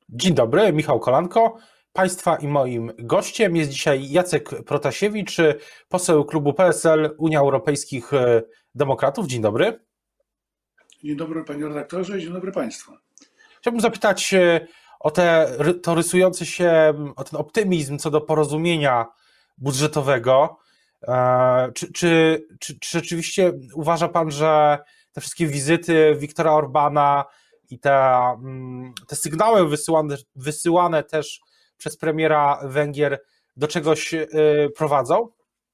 Dzień dobry, Michał Kolanko. Państwa i moim gościem jest dzisiaj Jacek Protasiewicz, poseł klubu PSL Unia Europejskich Demokratów. Dzień dobry. Dzień dobry panie redaktorze i dzień dobry państwu. Chciałbym zapytać o to rysujący się, o ten optymizm co do porozumienia budżetowego. Czy rzeczywiście uważa pan, że te wszystkie wizyty Viktora Orbána i te sygnały wysyłane też przez premiera Węgier do czegoś prowadzą?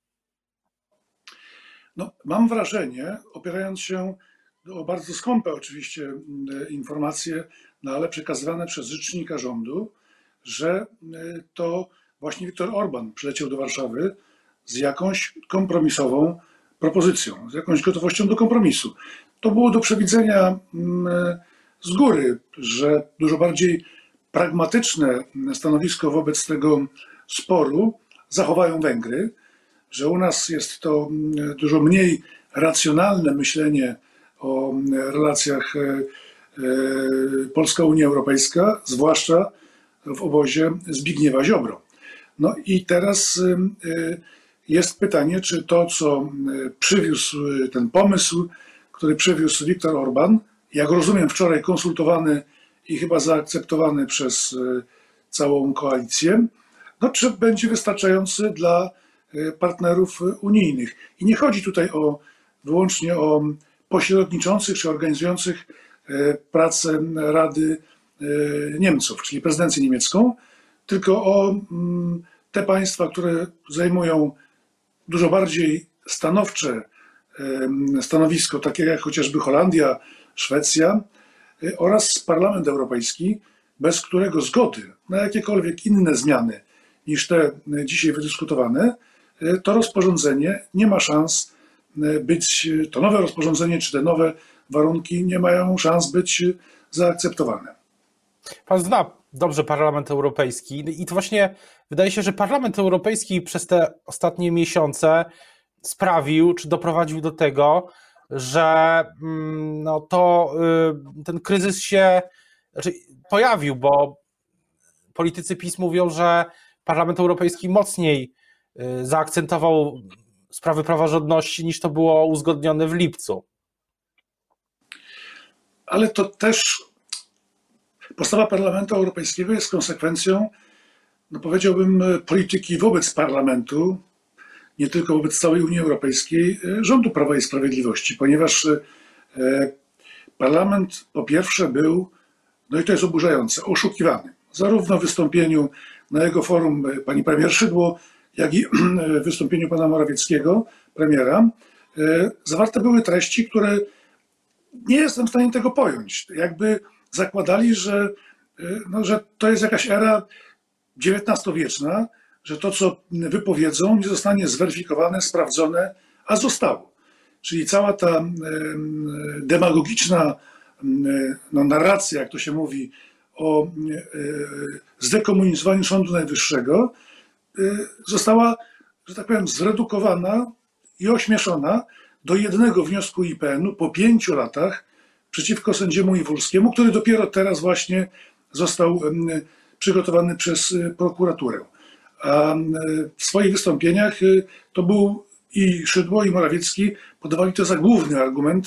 No, mam wrażenie, opierając się o bardzo skąpe oczywiście informacje, no ale przekazywane przez rzecznika rządu, że to właśnie Viktor Orbán przyleciał do Warszawy z jakąś kompromisową propozycją, z jakąś gotowością do kompromisu. To było do przewidzenia z góry, że dużo bardziej pragmatyczne stanowisko wobec tego sporu zachowają Węgry, że u nas jest to dużo mniej racjonalne myślenie o relacjach Polska-Unia Europejska, zwłaszcza w obozie Zbigniewa Ziobro. No i teraz jest pytanie, czy to, co przywiózł, ten pomysł, który przywiózł Viktor Orbán, jak rozumiem wczoraj konsultowany i chyba zaakceptowany przez całą koalicję, no czy będzie wystarczający dla partnerów unijnych. I nie chodzi tutaj wyłącznie o pośredniczących czy organizujących pracę Rady Niemców, czyli prezydencję niemiecką, tylko o te państwa, które zajmują dużo bardziej stanowcze stanowisko, takie jak chociażby Holandia, Szwecja oraz Parlament Europejski, bez którego zgody na jakiekolwiek inne zmiany niż te dzisiaj wydyskutowane, to rozporządzenie nie ma szans być, to nowe rozporządzenie czy te nowe warunki nie mają szans być zaakceptowane. Pan zna dobrze Parlament Europejski i to właśnie wydaje się, że Parlament Europejski przez te ostatnie miesiące sprawił, czy doprowadził do tego, że ten kryzys się pojawił, bo politycy PiS mówią, że Parlament Europejski mocniej zaakcentował sprawy praworządności niż to było uzgodnione w lipcu. Ale to też postawa Parlamentu Europejskiego jest konsekwencją, no powiedziałbym, polityki wobec Parlamentu, nie tylko wobec całej Unii Europejskiej, rządu Prawa i Sprawiedliwości, ponieważ Parlament po pierwsze był, no i to jest oburzające, oszukiwany. Zarówno w wystąpieniu na jego forum pani premier Szydło, jak i w wystąpieniu pana Morawieckiego, premiera, zawarte były treści, które nie jestem w stanie tego pojąć. Jakby zakładali, że to jest jakaś era XIX-wieczna, że to, co wypowiedzą, nie zostanie zweryfikowane, sprawdzone, a zostało. Czyli cała ta demagogiczna narracja, jak to się mówi, o zdekomunizowaniu Sądu Najwyższego została, że tak powiem, zredukowana i ośmieszona do jednego wniosku IPN-u po 5 latach przeciwko sędziemu Iwulskiemu, który dopiero teraz właśnie został przygotowany przez prokuraturę. A w swoich wystąpieniach to był i Szydło, i Morawiecki podawali to za główny argument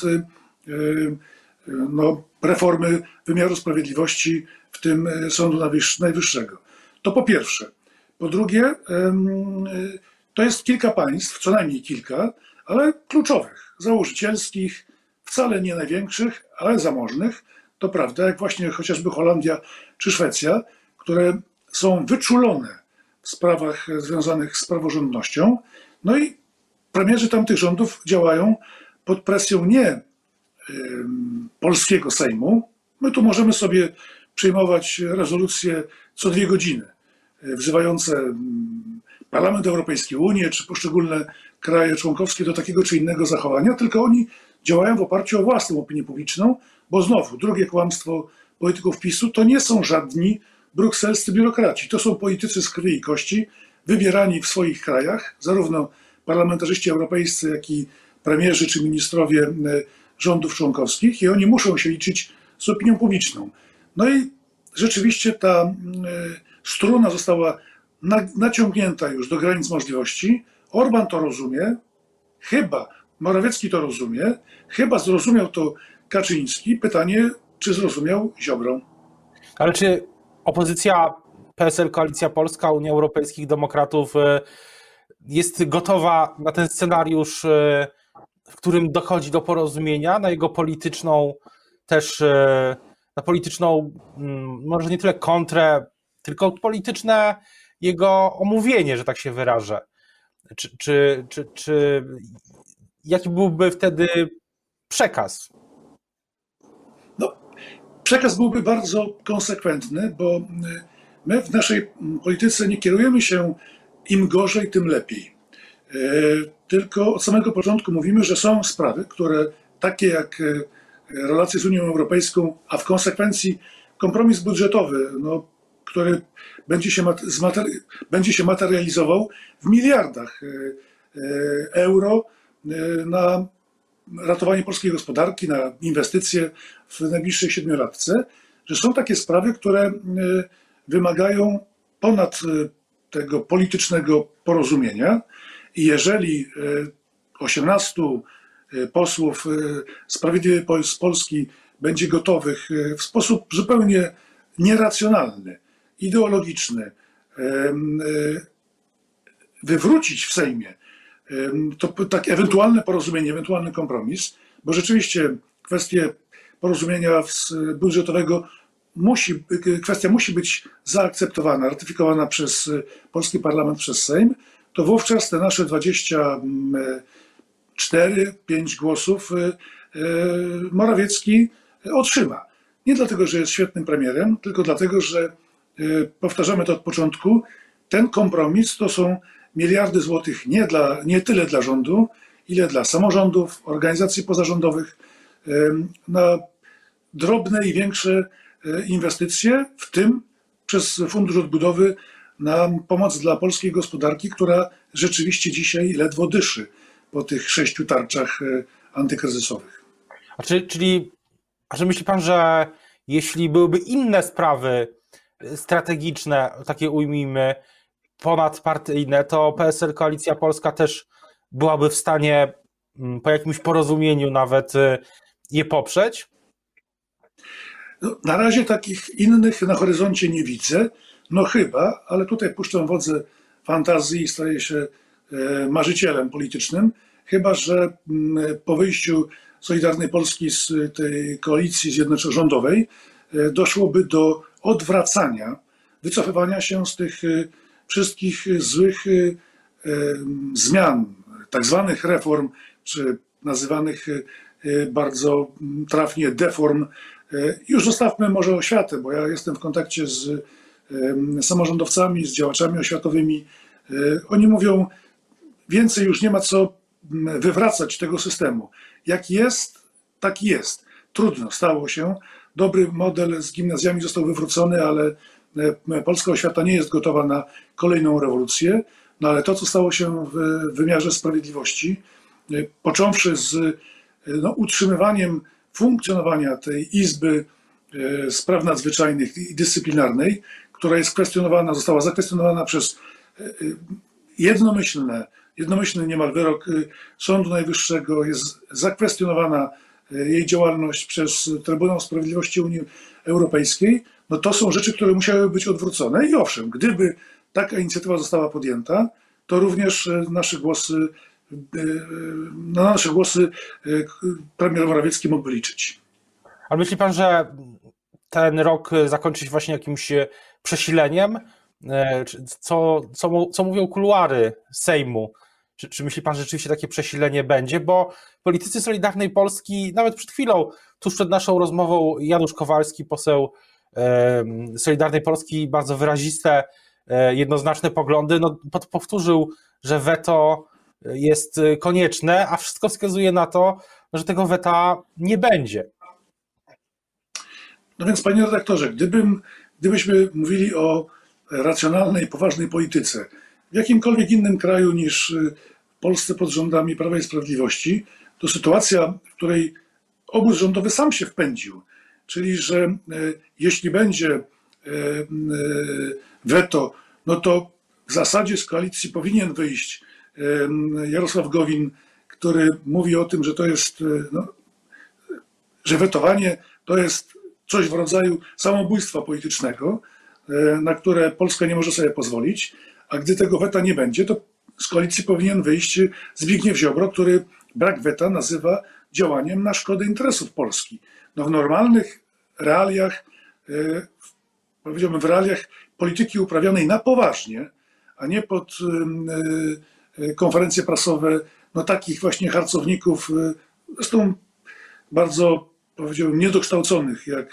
reformy wymiaru sprawiedliwości, w tym Sądu Najwyższego. To po pierwsze. Po drugie, to jest kilka państw, co najmniej kilka, ale kluczowych, założycielskich, wcale nie największych, ale zamożnych, to prawda, jak właśnie chociażby Holandia czy Szwecja, które są wyczulone w sprawach związanych z praworządnością. No i premierzy tamtych rządów działają pod presją nie polskiego Sejmu. My tu możemy sobie przyjmować rezolucje co 2 godziny, wzywające Parlament Europejski, Unię czy poszczególne kraje członkowskie do takiego czy innego zachowania, tylko oni działają w oparciu o własną opinię publiczną, bo znowu, drugie kłamstwo polityków PiS-u, to nie są żadni brukselscy biurokraci, to są politycy z krwi i kości, wybierani w swoich krajach, zarówno parlamentarzyści europejscy, jak i premierzy czy ministrowie rządów członkowskich, i oni muszą się liczyć z opinią publiczną. No i rzeczywiście ta struna została naciągnięta już do granic możliwości. Orbán to rozumie, chyba Morawiecki to rozumie, chyba zrozumiał to Kaczyński. Pytanie, czy zrozumiał Ziobro. Ale czy opozycja PSL, Koalicja Polska, Unia Europejskich Demokratów jest gotowa na ten scenariusz, w którym dochodzi do porozumienia, na jego polityczną też, na polityczną, może nie tyle kontrę, tylko polityczne jego omówienie, że tak się wyrażę. Jaki byłby wtedy przekaz? No, przekaz byłby bardzo konsekwentny, bo my w naszej polityce nie kierujemy się im gorzej, tym lepiej. Tylko od samego początku mówimy, że są sprawy, które takie jak relacje z Unią Europejską, a w konsekwencji kompromis budżetowy, no, który będzie się materializował w miliardach euro na ratowanie polskiej gospodarki, na inwestycje w najbliższej siedmiolatce, że są takie sprawy, które wymagają ponad tego politycznego porozumienia i jeżeli 18 posłów Sprawiedliwej Polski będzie gotowych w sposób zupełnie nieracjonalny, ideologiczny wywrócić w Sejmie to takie ewentualne porozumienie, ewentualny kompromis, bo rzeczywiście kwestie porozumienia budżetowego kwestia musi być zaakceptowana, ratyfikowana przez polski parlament, przez Sejm, to wówczas te nasze 24-5 głosów Morawiecki otrzyma. Nie dlatego, że jest świetnym premierem, tylko dlatego, że powtarzamy to od początku, ten kompromis to są miliardy złotych nie tyle dla rządu, ile dla samorządów, organizacji pozarządowych, na drobne i większe inwestycje, w tym przez Fundusz Odbudowy na pomoc dla polskiej gospodarki, która rzeczywiście dzisiaj ledwo dyszy po tych 6 tarczach antykryzysowych. A czy myśli pan, że jeśli byłyby inne sprawy strategiczne, takie ujmijmy, ponadpartyjne, to PSL, Koalicja Polska też byłaby w stanie po jakimś porozumieniu nawet je poprzeć? No, na razie takich innych na horyzoncie nie widzę, no chyba, ale tutaj puszczam wodze fantazji i staję się marzycielem politycznym, chyba że po wyjściu Solidarnej Polski z tej koalicji rządowej doszłoby do odwracania, wycofywania się z tych wszystkich złych zmian, tak zwanych reform, czy nazywanych bardzo trafnie deform. Już zostawmy może oświatę, bo ja jestem w kontakcie z samorządowcami, z działaczami oświatowymi. Oni mówią, więcej już nie ma co wywracać tego systemu. Jak jest, tak jest. Trudno, stało się. Dobry model z gimnazjami został wywrócony, ale polska oświata nie jest gotowa na kolejną rewolucję. No ale to, co stało się w wymiarze sprawiedliwości, począwszy z utrzymywaniem funkcjonowania tej Izby Spraw Nadzwyczajnych i Dyscyplinarnej, która jest kwestionowana, została zakwestionowana przez jednomyślny niemal wyrok Sądu Najwyższego, jest zakwestionowana jej działalność przez Trybunał Sprawiedliwości Unii Europejskiej, no to są rzeczy, które musiały być odwrócone i owszem, gdyby taka inicjatywa została podjęta, to również na nasze głosy premier Morawiecki mógłby liczyć. Ale myśli pan, że ten rok zakończy się właśnie jakimś przesileniem? Co mówią kuluary Sejmu? Czy myśli pan, że rzeczywiście takie przesilenie będzie? Bo politycy Solidarnej Polski, nawet przed chwilą, tuż przed naszą rozmową, Janusz Kowalski, poseł Solidarnej Polski, bardzo wyraziste, jednoznaczne poglądy, powtórzył, że weto jest konieczne, a wszystko wskazuje na to, że tego weta nie będzie. No więc, panie redaktorze, gdybyśmy mówili o racjonalnej, poważnej polityce w jakimkolwiek innym kraju niż w Polsce pod rządami Prawa i Sprawiedliwości, to sytuacja, w której obóz rządowy sam się wpędził, czyli że jeśli będzie weto, no to w zasadzie z koalicji powinien wyjść Jarosław Gowin, który mówi o tym, że to jest, no, że wetowanie to jest coś w rodzaju samobójstwa politycznego, na które Polska nie może sobie pozwolić, a gdy tego weta nie będzie, to z koalicji powinien wyjść Zbigniew Ziobro, który brak weta nazywa działaniem na szkodę interesów Polski. No w normalnych realiach, powiedziałbym w realiach polityki uprawianej na poważnie, a nie pod konferencje prasowe, no takich właśnie harcowników, zresztą bardzo, powiedziałbym, niedokształconych, jak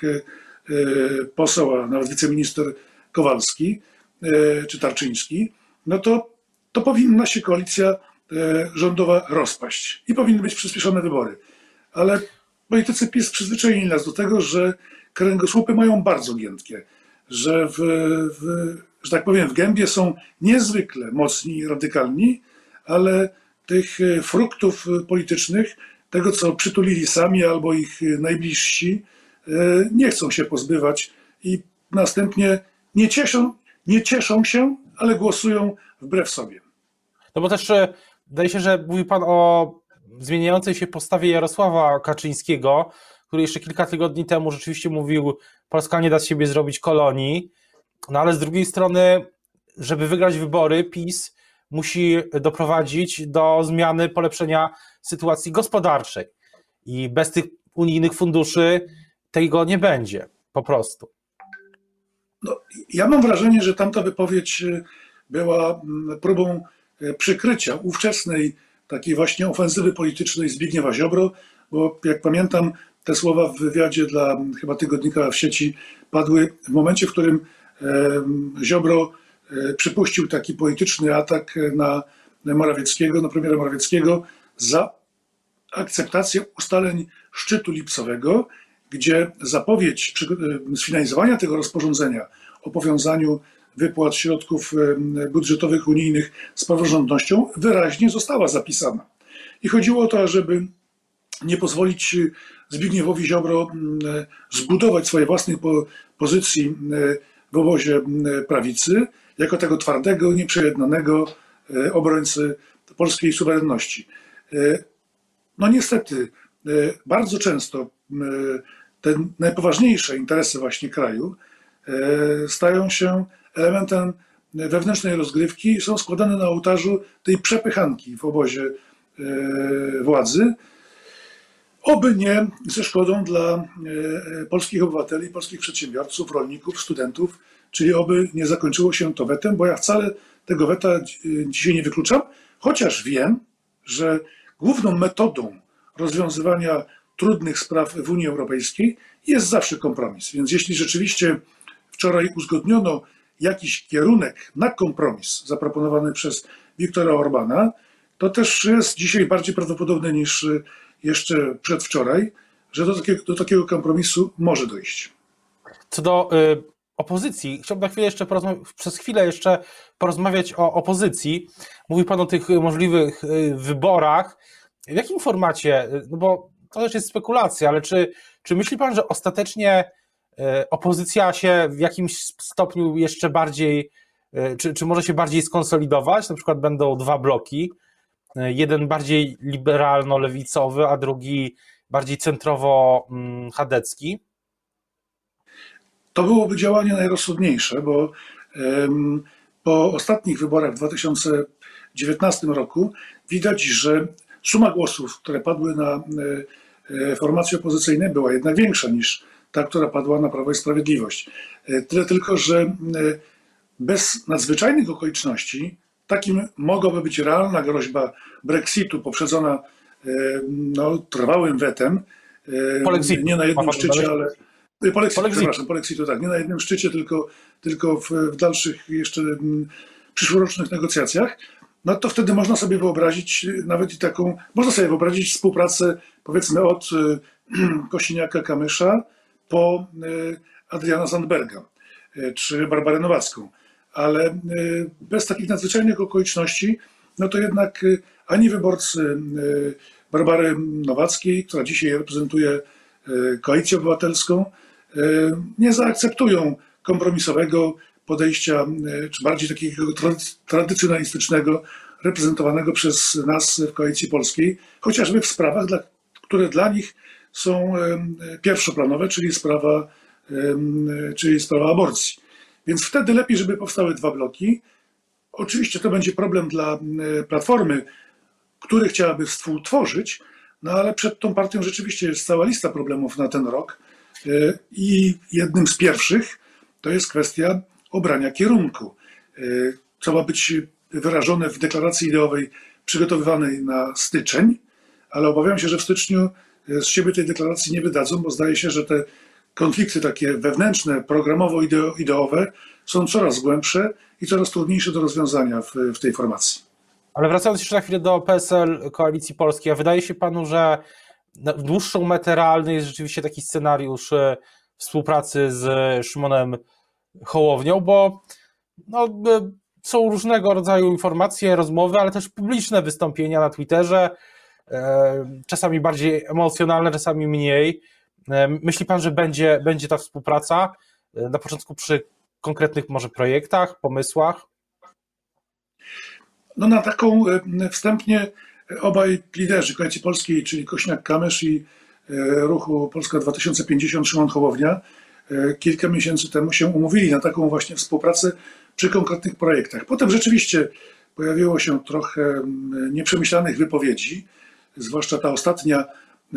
poseł, a nawet wiceminister Kowalski czy Tarczyński, no to powinna się koalicja rządowa rozpaść i powinny być przyspieszone wybory. Ale politycy PiS przyzwyczaili nas do tego, że kręgosłupy mają bardzo giętkie, że że tak powiem, w gębie są niezwykle mocni i radykalni, ale tych fruktów politycznych, tego co przytulili sami albo ich najbliżsi, nie chcą się pozbywać i następnie nie cieszą się, ale głosują wbrew sobie. No bo też wydaje się, że mówi pan o zmieniającej się postawie Jarosława Kaczyńskiego, który jeszcze kilka tygodni temu rzeczywiście mówił, Polska nie da z siebie zrobić kolonii, no ale z drugiej strony, żeby wygrać wybory, PiS musi doprowadzić do zmiany, polepszenia sytuacji gospodarczej i bez tych unijnych funduszy tego nie będzie, po prostu. No, ja mam wrażenie, że tamta wypowiedź była próbą przykrycia ówczesnej takiej właśnie ofensywy politycznej Zbigniewa Ziobro, bo jak pamiętam, te słowa w wywiadzie dla chyba tygodnika w sieci padły w momencie, w którym Ziobro przypuścił taki polityczny atak na Morawieckiego, na premiera Morawieckiego za akceptację ustaleń szczytu lipcowego, gdzie zapowiedź sfinalizowania tego rozporządzenia o powiązaniu wypłat środków budżetowych unijnych z praworządnością wyraźnie została zapisana. I chodziło o to, żeby nie pozwolić Zbigniewowi Ziobro zbudować swojej własnej pozycji w obozie prawicy, jako tego twardego, nieprzejednanego obrońcy polskiej suwerenności. No niestety, bardzo często te najpoważniejsze interesy właśnie kraju stają się elementem wewnętrznej rozgrywki i są składane na ołtarzu tej przepychanki w obozie władzy, oby nie ze szkodą dla polskich obywateli, polskich przedsiębiorców, rolników, studentów, czyli oby nie zakończyło się to wetem, bo ja wcale tego weta dzisiaj nie wykluczam, chociaż wiem, że główną metodą rozwiązywania trudnych spraw w Unii Europejskiej jest zawsze kompromis. Więc jeśli rzeczywiście wczoraj uzgodniono jakiś kierunek na kompromis zaproponowany przez Viktora Orbana, to też jest dzisiaj bardziej prawdopodobne niż jeszcze przedwczoraj, że do takiego kompromisu może dojść. Co do opozycji, chciałbym na chwilę jeszcze przez chwilę jeszcze porozmawiać o opozycji. Mówi pan o tych możliwych wyborach. W jakim formacie, no bo to też jest spekulacja, ale czy myśli pan, że ostatecznie opozycja się w jakimś stopniu jeszcze bardziej, czy może się bardziej skonsolidować? Na przykład będą dwa bloki, jeden bardziej liberalno-lewicowy, a drugi bardziej centrowo-chadecki? To byłoby działanie najrozsądniejsze, bo po ostatnich wyborach w 2019 roku widać, że suma głosów, które padły na formacje opozycyjne, była jednak większa niż ta, która padła na Prawo i Sprawiedliwość. Tyle tylko, że bez nadzwyczajnych okoliczności takim mogłaby być realna groźba Brexitu poprzedzona trwałym wetem. Nie na jednym szczycie, ale polexitu, tak, nie na jednym szczycie, tylko w dalszych jeszcze przyszłorocznych negocjacjach. No to wtedy można sobie wyobrazić nawet i taką, można sobie wyobrazić współpracę powiedzmy od Kosiniaka-Kamysza po Adriana Zandberga czy Barbarę Nowacką. Ale bez takich nadzwyczajnych okoliczności, no to jednak ani wyborcy Barbary Nowackiej, która dzisiaj reprezentuje Koalicję Obywatelską, nie zaakceptują kompromisowego podejścia, czy bardziej takiego tradycjonalistycznego, reprezentowanego przez nas w Koalicji Polskiej, chociażby w sprawach, które dla nich są pierwszoplanowe, czyli sprawa aborcji. Więc wtedy lepiej, żeby powstały dwa bloki. Oczywiście to będzie problem dla Platformy, który chciałaby współtworzyć, no ale przed tą partią rzeczywiście jest cała lista problemów na ten rok. I jednym z pierwszych to jest kwestia obrania kierunku, co ma być wyrażone w deklaracji ideowej przygotowywanej na styczeń, ale obawiam się, że w styczniu z siebie tej deklaracji nie wydadzą, bo zdaje się, że te konflikty takie wewnętrzne, programowo-ideowe są coraz głębsze i coraz trudniejsze do rozwiązania w tej formacji. Ale wracając jeszcze na chwilę do PSL Koalicji Polskiej, a wydaje się panu, że w dłuższą metę realny jest rzeczywiście taki scenariusz współpracy z Szymonem Hołownią, bo no, są różnego rodzaju informacje, rozmowy, ale też publiczne wystąpienia na Twitterze, czasami bardziej emocjonalne, czasami mniej. Myśli pan, że będzie ta współpraca na początku przy konkretnych może projektach, pomysłach? No na taką wstępnie obaj liderzy Koalicji Polskiej, czyli Kosiniak-Kamysz i ruchu Polska 2050 Szymon Hołownia, kilka miesięcy temu się umówili na taką właśnie współpracę przy konkretnych projektach. Potem rzeczywiście pojawiło się trochę nieprzemyślanych wypowiedzi, zwłaszcza ta ostatnia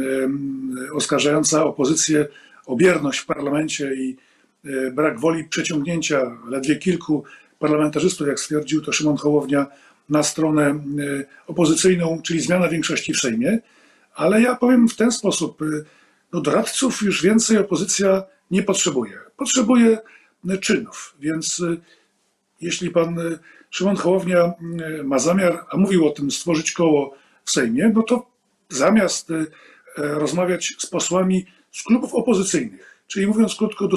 oskarżająca opozycję o bierność w parlamencie i brak woli przeciągnięcia ledwie kilku parlamentarzystów, jak stwierdził to Szymon Hołownia, na stronę opozycyjną, czyli zmiana większości w Sejmie. Ale ja powiem w ten sposób, no doradców już więcej opozycja nie potrzebuje. Potrzebuje czynów, więc jeśli pan Szymon Hołownia ma zamiar, a mówił o tym, stworzyć koło w Sejmie, no to zamiast rozmawiać z posłami z klubów opozycyjnych, czyli mówiąc krótko,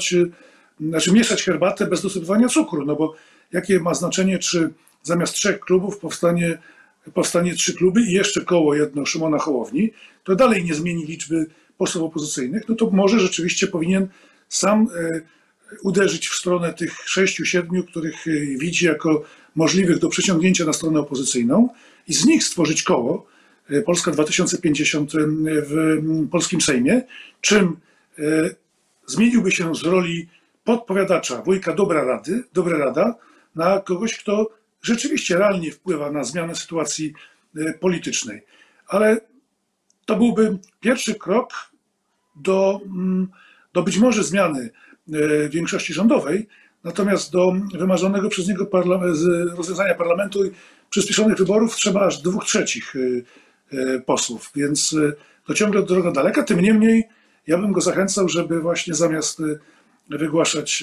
mieszać herbatę bez dosypywania cukru, no bo jakie ma znaczenie, czy zamiast 3 klubów powstanie 3 kluby i jeszcze koło jedno Szymona Hołowni, to dalej nie zmieni liczby posłów opozycyjnych, no to może rzeczywiście powinien sam uderzyć w stronę tych 6-7, których widzi jako możliwych do przeciągnięcia na stronę opozycyjną i z nich stworzyć koło Polska 2050 w polskim Sejmie, czym zmieniłby się z roli podpowiadacza, wujka dobra rada, na kogoś, kto rzeczywiście realnie wpływa na zmianę sytuacji politycznej. Ale to byłby pierwszy krok do być może zmiany większości rządowej, natomiast do wymarzonego przez niego rozwiązania parlamentu i przyspieszonych wyborów trzeba aż 2/3 posłów, więc to ciągle droga daleka. Tym niemniej ja bym go zachęcał, żeby właśnie zamiast wygłaszać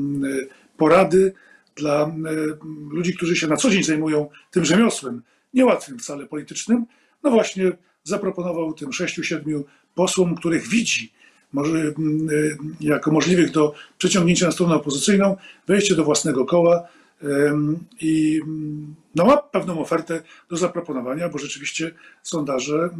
porady dla ludzi, którzy się na co dzień zajmują tym rzemiosłem, niełatwym wcale politycznym, no właśnie zaproponował tym 6-7 posłom, których widzi może jako możliwych do przeciągnięcia na stronę opozycyjną, wejście do własnego koła i no, ma pewną ofertę do zaproponowania, bo rzeczywiście sondaże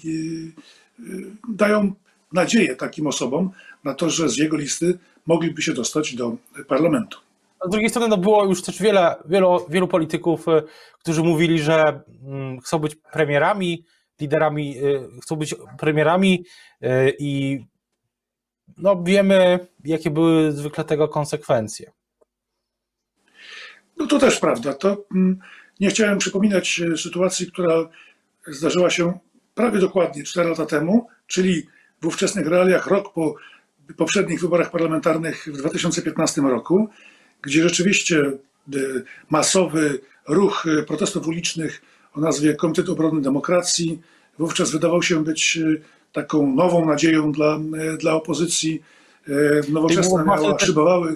dają nadzieję takim osobom na to, że z jego listy mogliby się dostać do parlamentu. Z drugiej strony no było już też wielu polityków, którzy mówili, że chcą być premierami, liderami, chcą być premierami i no wiemy, jakie były zwykle tego konsekwencje. No to też prawda. To nie chciałem przypominać sytuacji, która zdarzyła się prawie dokładnie 4 lata temu, czyli w ówczesnych realiach rok po poprzednich wyborach parlamentarnych w 2015 roku, gdzie rzeczywiście masowy ruch protestów ulicznych o nazwie Komitet Obrony Demokracji wówczas wydawał się być taką nową nadzieją dla opozycji. Nowoczesna szybowały,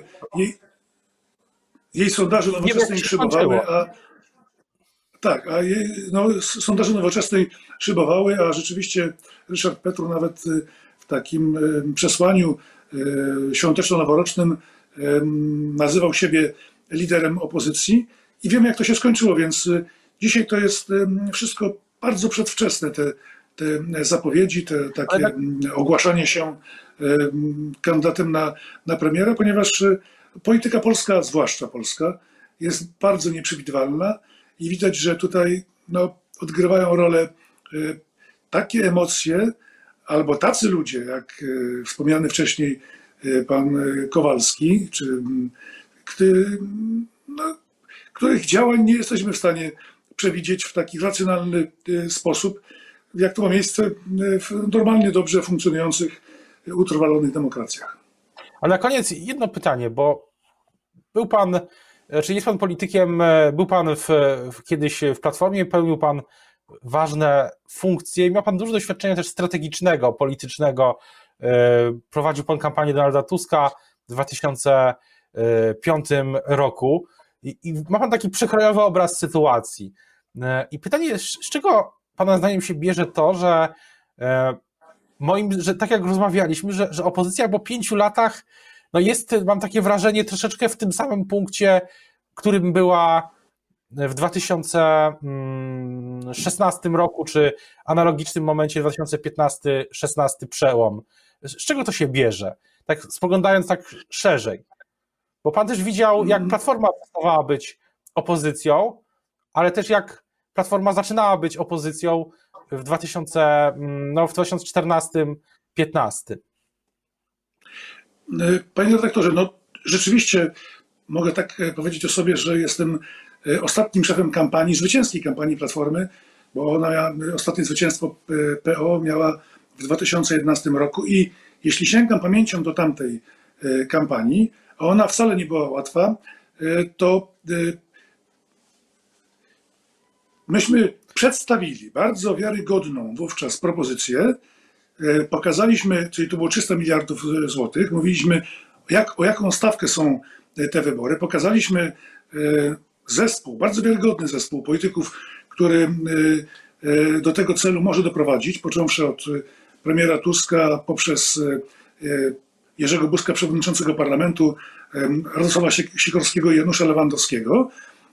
jej sondaże Nowoczesnej szybowały, sondaże Nowoczesnej szybowały, a rzeczywiście Ryszard Petru nawet w takim przesłaniu świąteczno-noworocznym nazywał siebie liderem opozycji i wiemy, jak to się skończyło, więc dzisiaj to jest wszystko bardzo przedwczesne, te zapowiedzi, te takie Ale ogłaszanie się kandydatem na premiera, ponieważ polityka polska, zwłaszcza polska, jest bardzo nieprzewidywalna i widać, że tutaj no, odgrywają rolę takie emocje albo tacy ludzie, jak wspomniany wcześniej pan Kowalski, no, których działań nie jesteśmy w stanie przewidzieć w taki racjonalny sposób, jak to ma miejsce w normalnie dobrze funkcjonujących, utrwalonych demokracjach. A na koniec jedno pytanie, bo był pan, czy jest pan politykiem, był pan kiedyś w Platformie, pełnił pan ważne funkcje i miał pan dużo doświadczenia też strategicznego, politycznego. Prowadził pan kampanię Donalda Tuska w 2005 roku i ma pan taki przekrojowy obraz sytuacji. I pytanie jest, z czego pana zdaniem się bierze to, że że tak jak rozmawialiśmy, że opozycja po 5 latach no jest, mam takie wrażenie, troszeczkę w tym samym punkcie, którym była w 2016 roku, czy analogicznym momencie 2015-16 przełom. Z czego to się bierze? Tak spoglądając tak szerzej. Bo pan też widział, jak Platforma przestawała być opozycją, ale też jak Platforma zaczynała być opozycją w 2014-15. Panie redaktorze, no rzeczywiście mogę tak powiedzieć o sobie, że jestem ostatnim szefem kampanii, zwycięskiej kampanii Platformy, bo ona ostatnie zwycięstwo PO miała w 2011 roku i jeśli sięgam pamięcią do tamtej kampanii, a ona wcale nie była łatwa, to myśmy przedstawili bardzo wiarygodną wówczas propozycję, pokazaliśmy, czyli to było 300 miliardów złotych, mówiliśmy o jaką stawkę są te wybory, pokazaliśmy zespół, bardzo wiarygodny zespół polityków, który do tego celu może doprowadzić, począwszy od premiera Tuska poprzez Jerzego Buzka, przewodniczącego parlamentu, Radosława Sikorskiego i Janusza Lewandowskiego.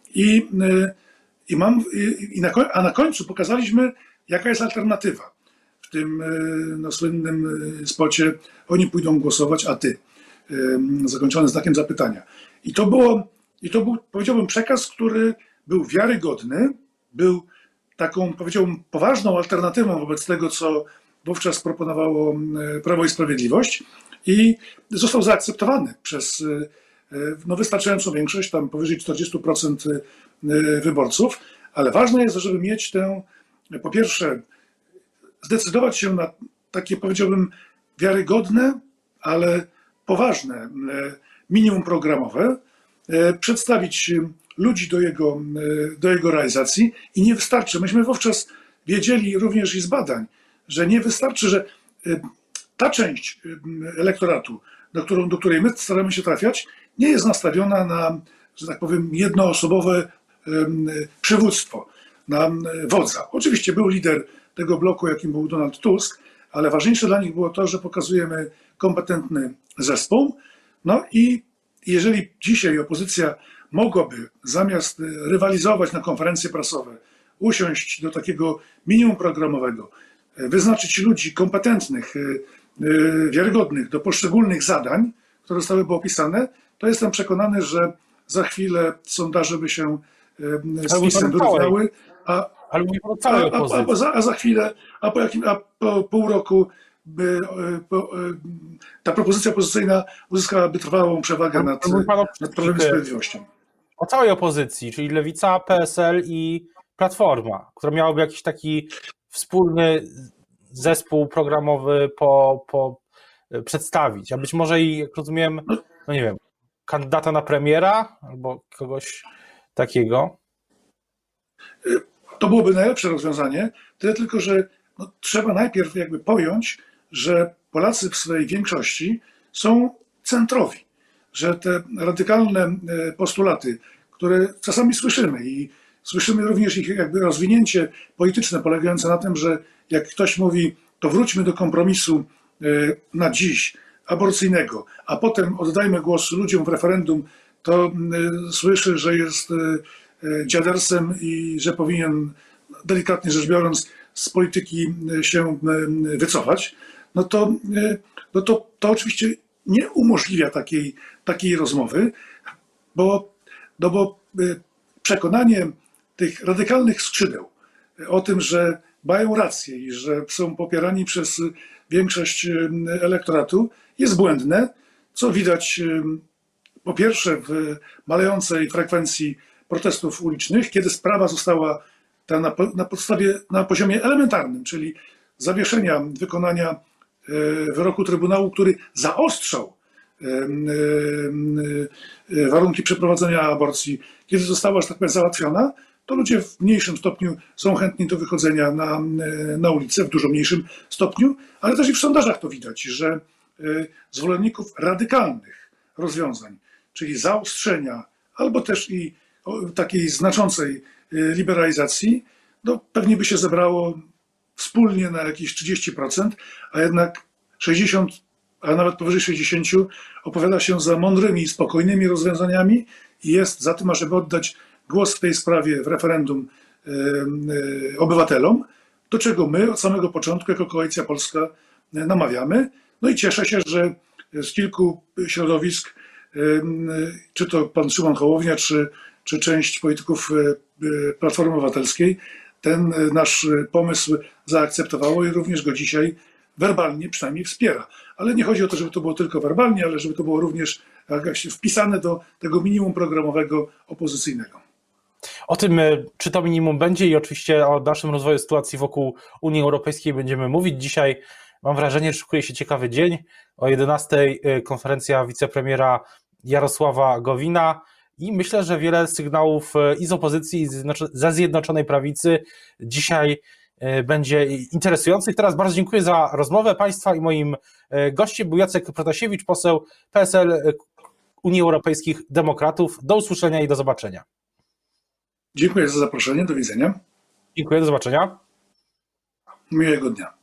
A na końcu pokazaliśmy, jaka jest alternatywa. W tym no, słynnym spocie oni pójdą głosować, a ty. Zakończony znakiem zapytania. I to był, powiedziałbym, przekaz, który był wiarygodny, był taką, powiedziałbym, poważną alternatywą wobec tego, co wówczas proponowało Prawo i Sprawiedliwość i został zaakceptowany przez no, wystarczającą większość, tam powyżej 40% wyborców, ale ważne jest, żeby mieć tę, po pierwsze, zdecydować się na takie, powiedziałbym, wiarygodne, ale poważne minimum programowe, przedstawić ludzi do jego realizacji i nie wystarczy. Myśmy wówczas wiedzieli również i z badań, że nie wystarczy, że ta część elektoratu, do której my staramy się trafiać, nie jest nastawiona na, że tak powiem, jednoosobowe przywództwo, na wodza. Oczywiście był lider tego bloku, jakim był Donald Tusk, ale ważniejsze dla nich było to, że pokazujemy kompetentny zespół. No i jeżeli dzisiaj opozycja mogłaby zamiast rywalizować na konferencje prasowe, usiąść do takiego minimum programowego, wyznaczyć ludzi kompetentnych, wiarygodnych do poszczególnych zadań, które zostałyby opisane, to jestem przekonany, że za chwilę sondaże by się z PiS-em wyrównały, a za chwilę, po pół roku ta propozycja opozycyjna uzyskałaby trwałą przewagę nad Prawem i Sprawiedliwością. O całej opozycji, czyli Lewica, PSL i Platforma, która miałaby jakiś taki wspólny zespół programowy przedstawić, a być może i, jak rozumiem, no nie wiem, kandydata na premiera albo kogoś takiego. To byłoby najlepsze rozwiązanie, tyle tylko, że no, trzeba najpierw jakby pojąć, że Polacy w swojej większości są centrowi, że te radykalne postulaty, które czasami słyszymy i słyszymy również ich jakby rozwinięcie polityczne polegające na tym, że jak ktoś mówi, to wróćmy do kompromisu na dziś, aborcyjnego, a potem oddajmy głos ludziom w referendum, to słyszy, że jest dziadersem i że powinien, delikatnie rzecz biorąc, z polityki się wycofać, to oczywiście nie umożliwia takiej rozmowy, bo przekonanie tych radykalnych skrzydeł o tym, że mają rację i że są popierani przez większość elektoratu, jest błędne, co widać po pierwsze w malejącej frekwencji protestów ulicznych, kiedy sprawa została na poziomie elementarnym, czyli zawieszenia wykonania wyroku Trybunału, który zaostrzał warunki przeprowadzenia aborcji, kiedy została, że tak powiem, załatwiona, to ludzie w mniejszym stopniu są chętni do wychodzenia na ulicę, w dużo mniejszym stopniu, ale też i w sondażach to widać, że zwolenników radykalnych rozwiązań, czyli zaostrzenia, albo też i takiej znaczącej liberalizacji, no pewnie by się zebrało wspólnie na jakieś 30%, a jednak 60, a nawet powyżej 60 opowiada się za mądrymi i spokojnymi rozwiązaniami i jest za tym, ażeby oddać głos w tej sprawie w referendum obywatelom, do czego my od samego początku jako Koalicja Polska namawiamy. No i cieszę się, że z kilku środowisk, czy to pan Szymon Hołownia, czy część polityków Platformy Obywatelskiej, ten nasz pomysł zaakceptowało i również go dzisiaj werbalnie przynajmniej wspiera. Ale nie chodzi o to, żeby to było tylko werbalnie, ale żeby to było również wpisane do tego minimum programowego opozycyjnego. O tym, czy to minimum będzie i oczywiście o dalszym rozwoju sytuacji wokół Unii Europejskiej będziemy mówić. Dzisiaj mam wrażenie, że szykuje się ciekawy dzień. O 11:00 konferencja wicepremiera Jarosława Gowina i myślę, że wiele sygnałów i z opozycji, i ze Zjednoczonej Prawicy dzisiaj będzie interesujących. Teraz bardzo dziękuję za rozmowę Państwa i moim gościem był Jacek Protasiewicz, poseł PSL Unii Europejskich Demokratów. Do usłyszenia i do zobaczenia. Dziękuję za zaproszenie. Do widzenia. Dziękuję, do zobaczenia. Miłego dnia.